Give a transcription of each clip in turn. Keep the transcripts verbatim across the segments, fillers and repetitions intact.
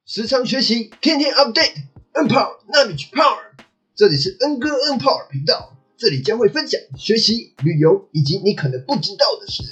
时常学习，天天 update，Empower Knowledge Power。这里是恩哥 Empower 频道，这里将会分享学习、旅游以及你可能不知道的事。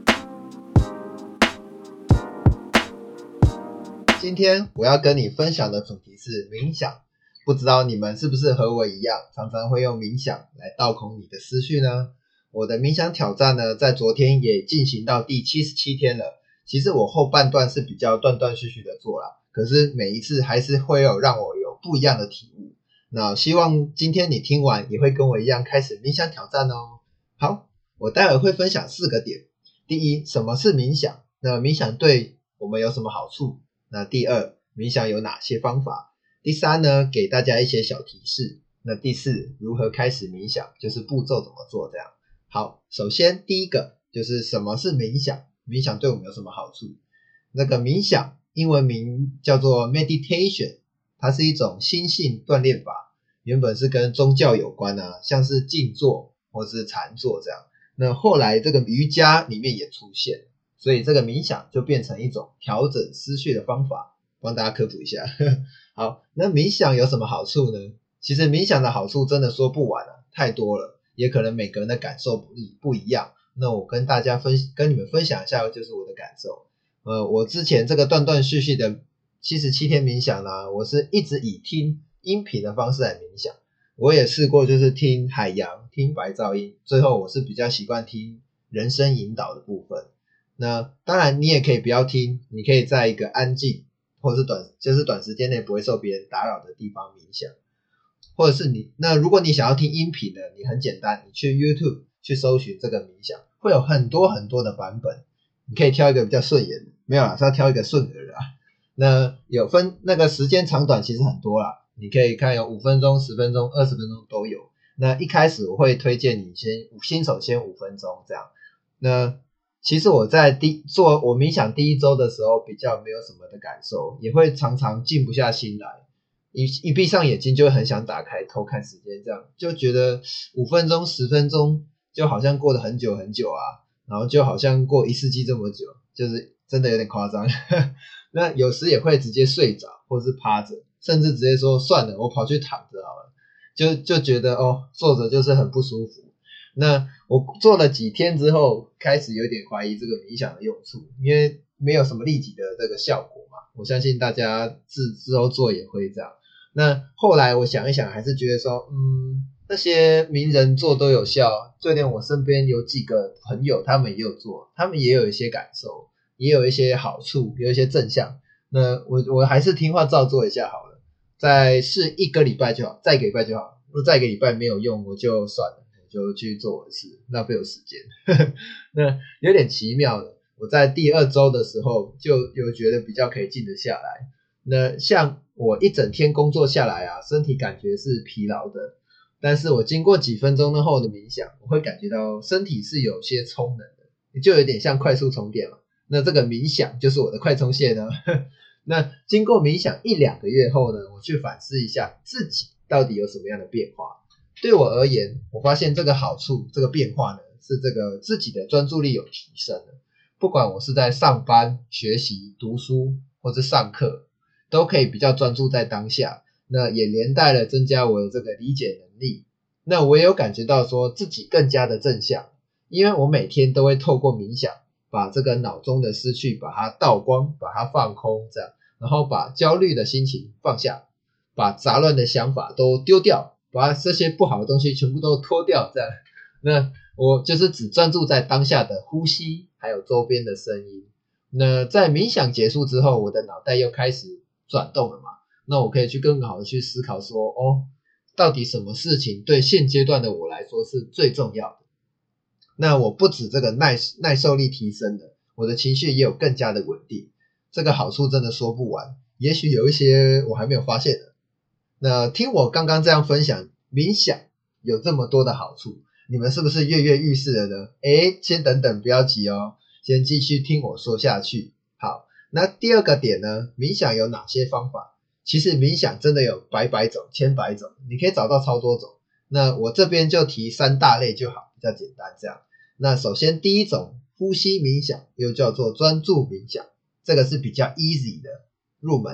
今天我要跟你分享的主题是冥想，不知道你们是不是和我一样，常常会用冥想来倒空你的思绪呢？我的冥想挑战呢，在昨天也进行到第七十七天了。其实我后半段是比较断断续续的做啦，可是每一次还是会有让我有不一样的体悟。那希望今天你听完也会跟我一样开始冥想挑战哦。好，我待会会分享四个点。第一，什么是冥想？那冥想对我们有什么好处？那第二，冥想有哪些方法？第三呢，给大家一些小提示。那第四，如何开始冥想，就是步骤怎么做这样。好，首先第一个就是什么是冥想？冥想对我们有什么好处？那个冥想英文名叫做 meditation， 它是一种心性锻炼法，原本是跟宗教有关啊，像是静坐或是禅坐这样。那后来这个瑜伽里面也出现，所以这个冥想就变成一种调整思绪的方法，帮大家科普一下。好，那冥想有什么好处呢？其实冥想的好处真的说不完啊，太多了，也可能每个人的感受不一不一样。那我跟大家分跟你们分享一下就是我的感受。呃，我之前这个断断续续的七十七天冥想啦，我是一直以听音频的方式来冥想。我也试过就是听海洋、听白噪音，最后我是比较习惯听人声引导的部分。那当然你也可以不要听，你可以在一个安静或者是短就是短时间内不会受别人打扰的地方冥想。或者是你那如果你想要听音频的，你很简单，你去 YouTube 去搜寻这个冥想，会有很多很多的版本，你可以挑一个比较顺眼的，没有啦，是要挑一个顺耳的啦。那有分那个时间长短其实很多啦，你可以看有五分钟、十分钟、二十分钟都有。那一开始我会推荐你先新手先五分钟这样。那其实我在第做我冥想第一周的时候比较没有什么的感受，也会常常静不下心来。一, 一闭上眼睛就会很想打开偷看时间，这样就觉得五分钟十分钟就好像过得很久很久啊，然后就好像过一世纪这么久，就是真的有点夸张。那有时也会直接睡着或是趴着，甚至直接说算了我跑去躺着好了，就就觉得哦坐着就是很不舒服。那我做了几天之后开始有点怀疑这个冥想的用处，因为没有什么立即的这个效果嘛，我相信大家之之后做也会这样。那后来我想一想还是觉得说嗯，那些名人做都有效，就连我身边有几个朋友他们也有做，他们也有一些感受，也有一些好处，有一些正向。那我我还是听话照做一下好了，再试一个礼拜就好，再一个礼拜就好，如果再一个礼拜没有用我就算了，我就去做我的事，浪费我时间。那有点奇妙的，我在第二周的时候就有觉得比较可以静得下来。那像我一整天工作下来啊，身体感觉是疲劳的，但是我经过几分钟后的冥想，我会感觉到身体是有些充能的，也就有点像快速充电嘛。那这个冥想就是我的快充线呢。那经过冥想一两个月后呢，我去反思一下自己到底有什么样的变化。对我而言，我发现这个好处，这个变化呢，是这个自己的专注力有提升了。不管我是在上班、学习、读书或是上课，都可以比较专注在当下，那也连带了增加我的这个理解能力。那我也有感觉到说自己更加的正向，因为我每天都会透过冥想把这个脑中的思绪把它倒光，把它放空这样，然后把焦虑的心情放下，把杂乱的想法都丢掉，把这些不好的东西全部都脱掉这样。那我就是只专注在当下的呼吸还有周边的声音。那在冥想结束之后，我的脑袋又开始转动了嘛，那我可以去更好的去思考说哦，到底什么事情对现阶段的我来说是最重要的。那我不止这个耐耐受力提升了，我的情绪也有更加的稳定，这个好处真的说不完，也许有一些我还没有发现的。那听我刚刚这样分享冥想有这么多的好处，你们是不是跃跃欲试了呢？诶，先等等不要急哦，先继续听我说下去。好，那第二个点呢，冥想有哪些方法？其实冥想真的有百百种千百种，你可以找到超多种。那我这边就提三大类就好，比较简单这样。那首先第一种呼吸冥想，又叫做专注冥想，这个是比较 easy 的入门。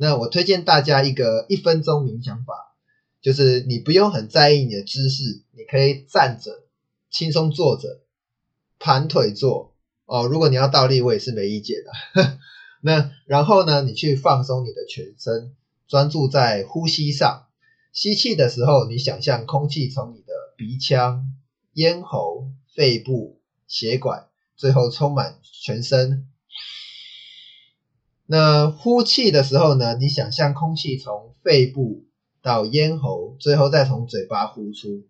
那我推荐大家一个一分钟冥想法，就是你不用很在意你的姿势，你可以站着，轻松坐着，盘腿坐哦。如果你要倒立，我也是没意见的。那然后呢，你去放松你的全身，专注在呼吸上。吸气的时候，你想象空气从你的鼻腔、咽喉、肺部、血管，最后充满全身。那呼气的时候呢，你想象空气从肺部到咽喉，最后再从嘴巴呼出。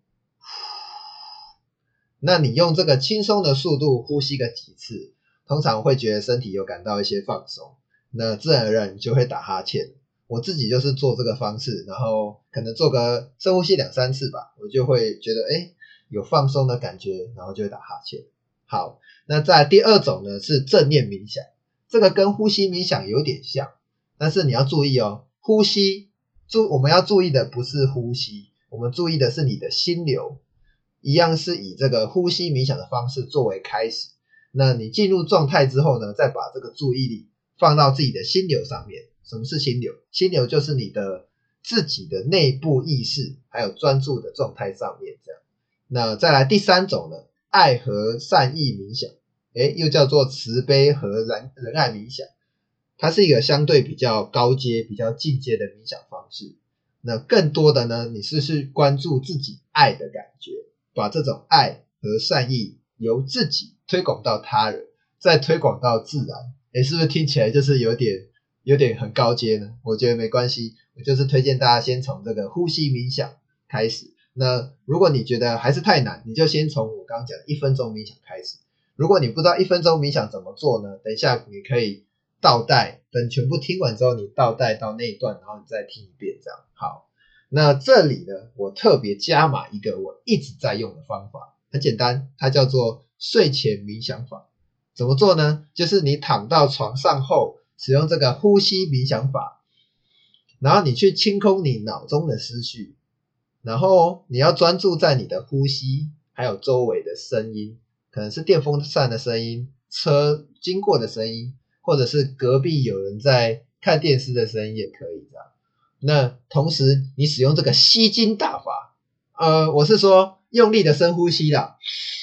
那你用这个轻松的速度呼吸个几次，通常会觉得身体有感到一些放松，那自然而然就会打哈欠。我自己就是做这个方式，然后可能做个深呼吸两三次吧，我就会觉得诶有放松的感觉，然后就会打哈欠。好，那再来第二种呢是正念冥想，这个跟呼吸冥想有点像，但是你要注意哦，呼吸注我们要注意的不是呼吸，我们注意的是你的心流，一样是以这个呼吸冥想的方式作为开始。那你进入状态之后呢，再把这个注意力放到自己的心流上面。什么是心流？心流就是你的自己的内部意识还有专注的状态上面这样。那再来第三种呢，爱和善意冥想，诶又叫做慈悲和仁仁爱冥想。它是一个相对比较高阶比较进阶的冥想方式。那更多的呢，你是去关注自己爱的感觉，把这种爱和善意由自己推广到他人，再推广到自然。诶是不是听起来就是有点有点很高阶呢？我觉得没关系，我就是推荐大家先从这个呼吸冥想开始。那如果你觉得还是太难，你就先从我刚刚讲的一分钟冥想开始。如果你不知道一分钟冥想怎么做呢，等一下你可以倒带，等全部听完之后你倒带到那一段，然后你再听一遍这样。好，那这里呢我特别加码一个我一直在用的方法，很简单，它叫做睡前冥想法。怎么做呢？就是你躺到床上后，使用这个呼吸冥想法，然后你去清空你脑中的思绪，然后你要专注在你的呼吸还有周围的声音，可能是电风扇的声音，车经过的声音，或者是隔壁有人在看电视的声音也可以这样。那同时你使用这个吸精大法，呃，我是说用力的深呼吸啦。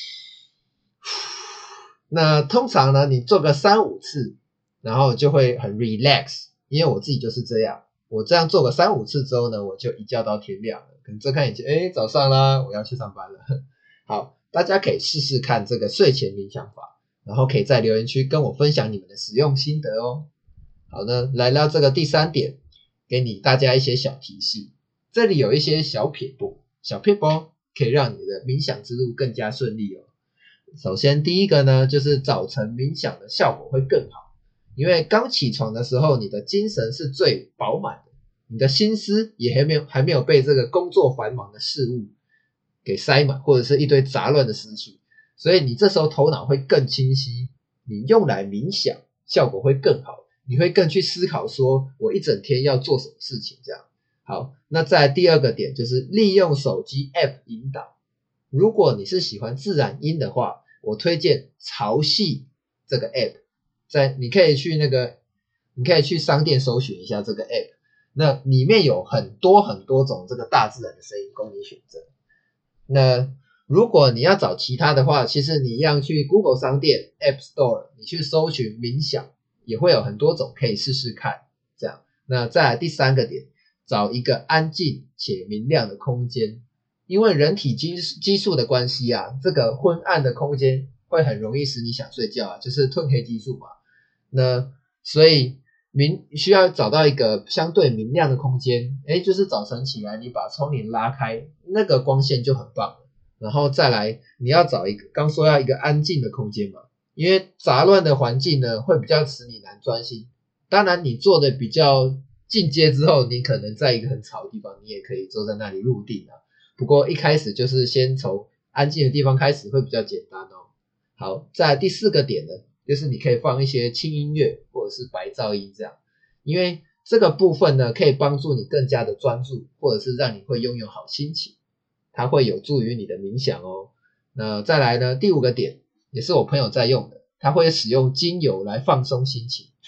那通常呢你做个三五次，然后就会很 relax， 因为我自己就是这样，我这样做个三五次之后呢，我就一觉到天亮了，可能睁开眼睛，诶早上啦，我要去上班了。好，大家可以试试看这个睡前冥想法，然后可以在留言区跟我分享你们的使用心得哦。好呢，来到这个第三点，给你大家一些小提示，这里有一些小撇步，小撇步可以让你的冥想之路更加顺利哦。首先第一个呢，就是早晨冥想的效果会更好，因为刚起床的时候你的精神是最饱满的，你的心思也还没有还没有被这个工作繁忙的事物给塞满，或者是一堆杂乱的思绪，所以你这时候头脑会更清晰，你用来冥想效果会更好，你会更去思考说我一整天要做什么事情这样。好，那再来第二个点就是利用手机 App 引导，如果你是喜欢自然音的话，我推荐潮汐这个 app， 在你可以去那个你可以去商店搜寻一下这个 app， 那里面有很多很多种这个大自然的声音供你选择。那如果你要找其他的话，其实你一样去 Google 商店 App Store， 你去搜寻冥想也会有很多种可以试试看这样。那再来第三个点，找一个安静且明亮的空间，因为人体激激素的关系啊，这个昏暗的空间会很容易使你想睡觉啊，就是褪黑激素嘛。那所以明需要找到一个相对明亮的空间，诶就是早晨起来你把窗帘拉开，那个光线就很棒了。然后再来你要找一个，刚说要一个安静的空间嘛，因为杂乱的环境呢会比较使你难专心。当然你做的比较进阶之后，你可能在一个很吵的地方，你也可以坐在那里入定啊。不过一开始就是先从安静的地方开始会比较简单哦。好，再来第四个点呢，就是你可以放一些轻音乐或者是白噪音这样，因为这个部分呢可以帮助你更加的专注，或者是让你会拥有好心情，它会有助于你的冥想哦。那再来呢，第五个点也是我朋友在用的，他会使用精油来放松心情。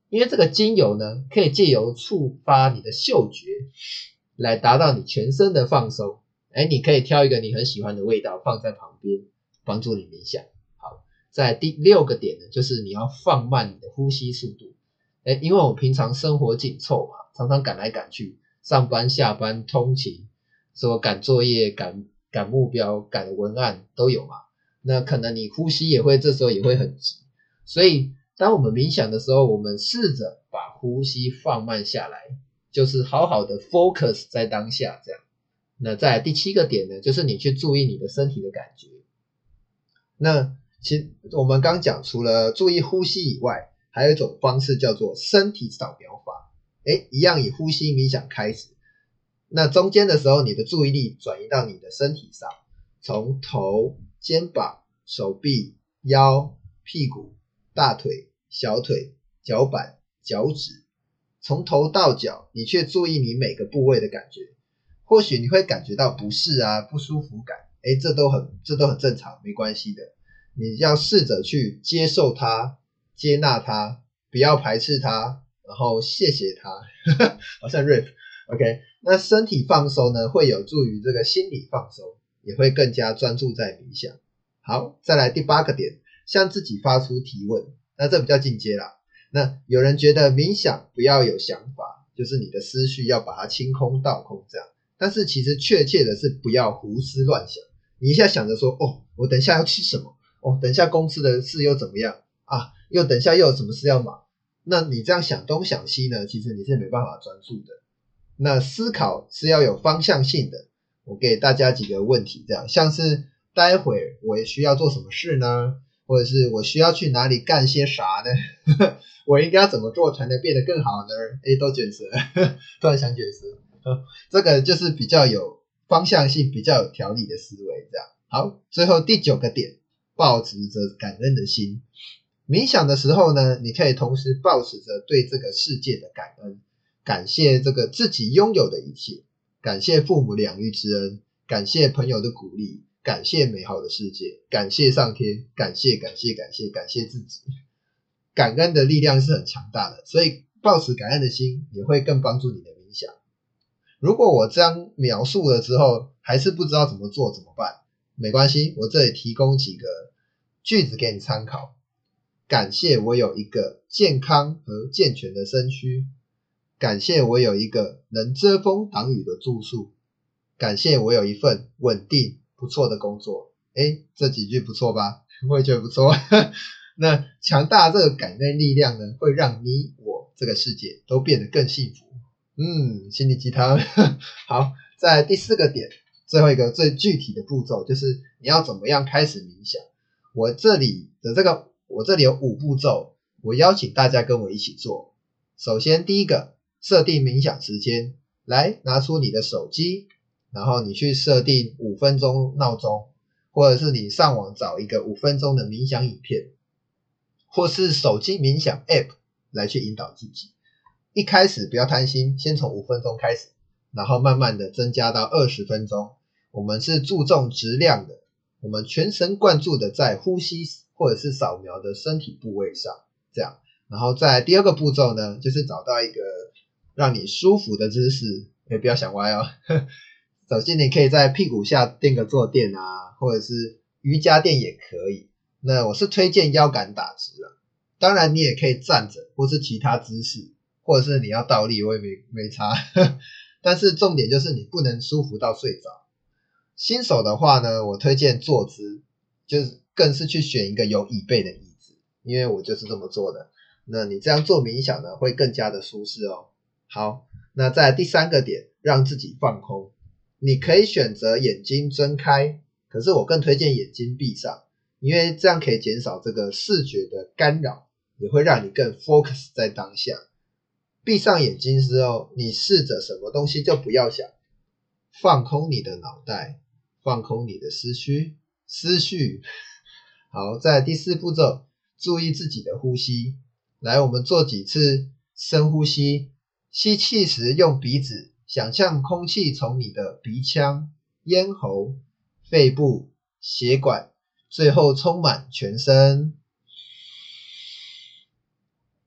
因为这个精油呢，可以借由触发你的嗅觉，来达到你全身的放松。哎，你可以挑一个你很喜欢的味道放在旁边，帮助你冥想。好，在第六个点呢，就是你要放慢你的呼吸速度。哎，因为我们平常生活紧凑嘛，常常赶来赶去，上班下班通勤，说赶作业、赶赶目标、赶文案都有嘛。那可能你呼吸也会这时候也会很急，所以当我们冥想的时候，我们试着把呼吸放慢下来，就是好好的 focus 在当下这样。那再来第七个点呢，就是你去注意你的身体的感觉。那其实我们刚讲，除了注意呼吸以外，还有一种方式叫做身体扫描法。诶，一样以呼吸冥想开始。那中间的时候，你的注意力转移到你的身体上，从头、肩膀、手臂、腰、屁股、大腿、小腿、脚板、脚趾，从头到脚，你去注意你每个部位的感觉。或许你会感觉到不适啊、不舒服感，诶，这都很这都很正常，没关系的。你要试着去接受它，接纳它，不要排斥它，然后谢谢它。好像 rap。OK， 那身体放松呢，会有助于这个心理放松，也会更加专注在冥想。好，再来第八个点，向自己发出提问。那这比较进阶啦。那有人觉得冥想不要有想法，就是你的思绪要把它清空倒空这样。但是其实确切的是不要胡思乱想。你一下想着说，哦，我等一下要吃什么？哦，等一下公司的事又怎么样啊？又等一下又有什么事要忙？那你这样想东想西呢，其实你是没办法专注的。那思考是要有方向性的。我给大家几个问题，这样像是待会我也需要做什么事呢？或者是我需要去哪里干些啥呢？我应该要怎么做才能变得更好呢？诶，都卷舌，突然想卷舌。这个就是比较有方向性、比较有条理的思维这样。好，最后第九个点，抱持着感恩的心。冥想的时候呢，你可以同时抱持着对这个世界的感恩，感谢这个自己拥有的一切，感谢父母的养育之恩，感谢朋友的鼓励，感谢美好的世界，感谢上天，感谢感谢感谢感谢自己。感恩的力量是很强大的，所以抱持感恩的心也会更帮助你的冥想。如果我这样描述了之后还是不知道怎么做怎么办？没关系，我这里提供几个句子给你参考。感谢我有一个健康和健全的身躯，感谢我有一个能遮风挡雨的住宿，感谢我有一份稳定不错的工作。诶，这几句不错吧？我也觉得不错。那强大这个感恩力量呢，会让你我这个世界都变得更幸福。嗯，心灵鸡汤。好，再来第四个点，最后一个最具体的步骤，就是你要怎么样开始冥想。我这里的这个我这里有五步骤，我邀请大家跟我一起做。首先第一个，设定冥想时间。来，拿出你的手机，然后你去设定五分钟闹钟，或者是你上网找一个五分钟的冥想影片，或是手机冥想 App 来去引导自己。一开始不要贪心，先从五分钟开始，然后慢慢的增加到二十分钟。我们是注重质量的，我们全神贯注的在呼吸或者是扫描的身体部位上，这样。然后再来第二个步骤呢，就是找到一个让你舒服的姿势，也不要想歪哦。首先你可以在屁股下垫个坐垫啊，或者是瑜伽垫也可以。那我是推荐腰杆打直啊，当然你也可以站着或是其他姿势，或者是你要倒立我也没没差。但是重点就是你不能舒服到睡着。新手的话呢，我推荐坐姿，就是更是去选一个有椅背的椅子，因为我就是这么做的。那你这样做冥想呢，会更加的舒适哦。好，那再来第三个点，让自己放空。你可以选择眼睛睁开，可是我更推荐眼睛闭上，因为这样可以减少这个视觉的干扰，也会让你更 focus 在当下。闭上眼睛之后，你试着什么东西就不要想，放空你的脑袋，放空你的思绪思绪。好，再来第四步骤，注意自己的呼吸。来，我们做几次深呼吸。吸气时用鼻子想象空气从你的鼻腔、咽喉、肺部、血管，最后充满全身。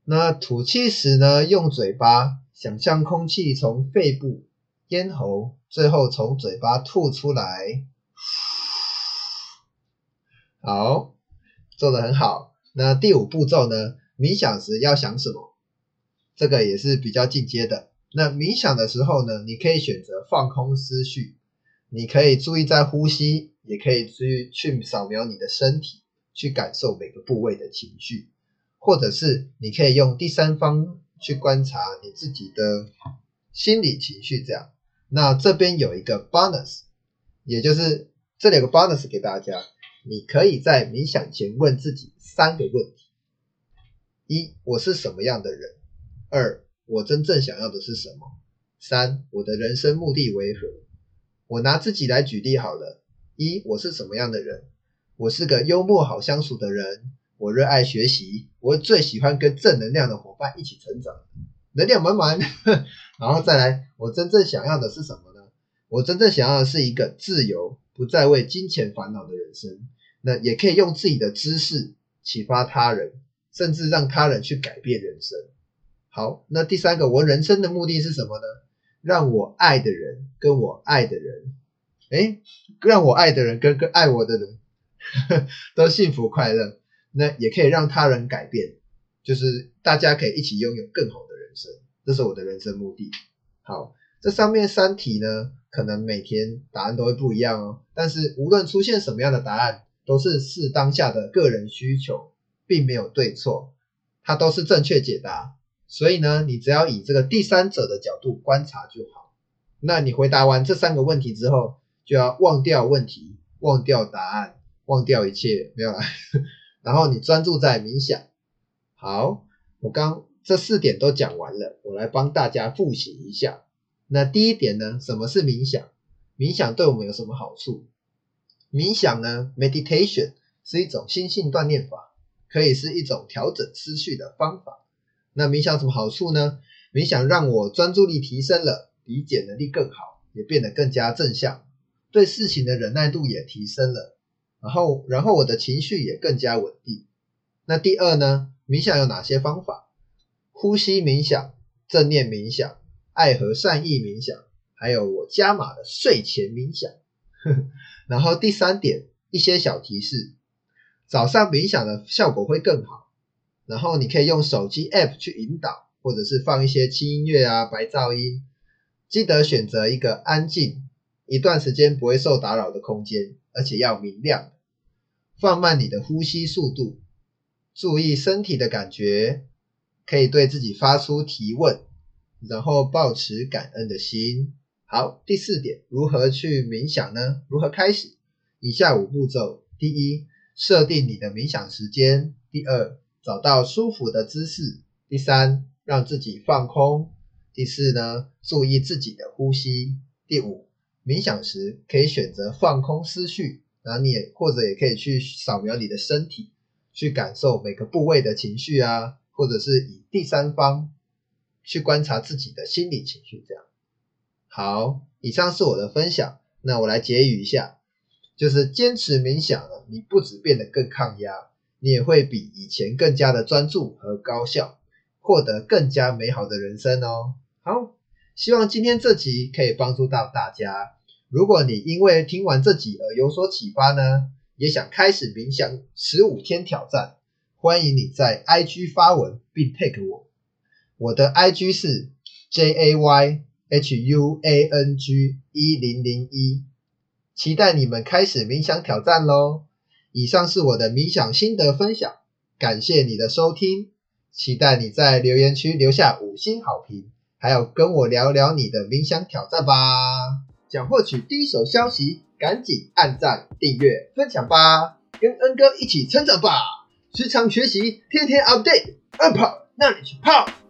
那吐气时呢，用嘴巴想象空气从肺部、咽喉，最后从嘴巴吐出来。好，做得很好。那第五步骤呢，冥想时要想什么？这个也是比较进阶的。那冥想的时候呢，你可以选择放空思绪，你可以注意在呼吸，也可以去去扫描你的身体，去感受每个部位的情绪，或者是你可以用第三方去观察你自己的心理情绪这样。那这边有一个 bonus， 也就是这里有个 bonus 给大家，你可以在冥想前问自己三个问题：一，我是什么样的人？二，我真正想要的是什么？三，我的人生目的为何？我拿自己来举例好了。一，我是什么样的人？我是个幽默好相处的人，我热爱学习，我最喜欢跟正能量的伙伴一起成长，能量满满。然后再来，我真正想要的是什么呢？我真正想要的是一个自由，不再为金钱烦恼的人生。那也可以用自己的知识启发他人，甚至让他人去改变人生。好，那第三个，我人生的目的是什么呢？让我爱的人跟我爱的人，诶，让我爱的人跟跟爱我的人都幸福快乐。那也可以让他人改变，就是大家可以一起拥有更好的人生，这是我的人生目的。好，这上面三题呢，可能每天答案都会不一样哦，但是无论出现什么样的答案，都是视当下的个人需求，并没有对错，它都是正确解答。所以呢，你只要以这个第三者的角度观察就好。那你回答完这三个问题之后，就要忘掉问题，忘掉答案，忘掉一切，没有啦。然后你专注在冥想。好，我刚这四点都讲完了，我来帮大家复习一下。那第一点呢，什么是冥想？冥想对我们有什么好处？冥想呢 meditation 是一种心性锻炼法，可以是一种调整思绪的方法。那冥想有什么好处呢？冥想让我专注力提升了，理解能力更好，也变得更加正向，对事情的忍耐度也提升了，然后然后我的情绪也更加稳定。那第二呢，冥想有哪些方法？呼吸冥想、正念冥想、爱和善意冥想，还有我加码的睡前冥想。然后第三点，一些小提示，早上冥想的效果会更好，然后你可以用手机 app 去引导，或者是放一些轻音乐啊、白噪音。记得选择一个安静、一段时间不会受打扰的空间，而且要明亮。放慢你的呼吸速度，注意身体的感觉，可以对自己发出提问，然后保持感恩的心。好，第四点，如何去冥想呢？如何开始？以下五步骤。第一，设定你的冥想时间。第二，找到舒服的姿势。第三，让自己放空。第四呢，注意自己的呼吸。第五，冥想时可以选择放空思绪，然后你也或者也可以去扫描你的身体，去感受每个部位的情绪啊，或者是以第三方去观察自己的心理情绪这样。好，以上是我的分享，那我来结语一下，就是坚持冥想了，你不只变得更抗压，你也会比以前更加的专注和高效，获得更加美好的人生哦。好，希望今天这集可以帮助到大家。如果你因为听完这集而有所启发呢，也想开始冥想十五天挑战，欢迎你在 I G 发文并 tag 我，我的 I G 是 J A Y H U A N G 一零零一，期待你们开始冥想挑战咯。以上是我的冥想心得分享，感谢你的收听，期待你在留言区留下五星好评，还有跟我聊聊你的冥想挑战吧。想获取第一手消息，赶紧按赞、订阅、分享吧，跟恩哥一起成长吧。时常学习，天天 update， 二跑那你去跑。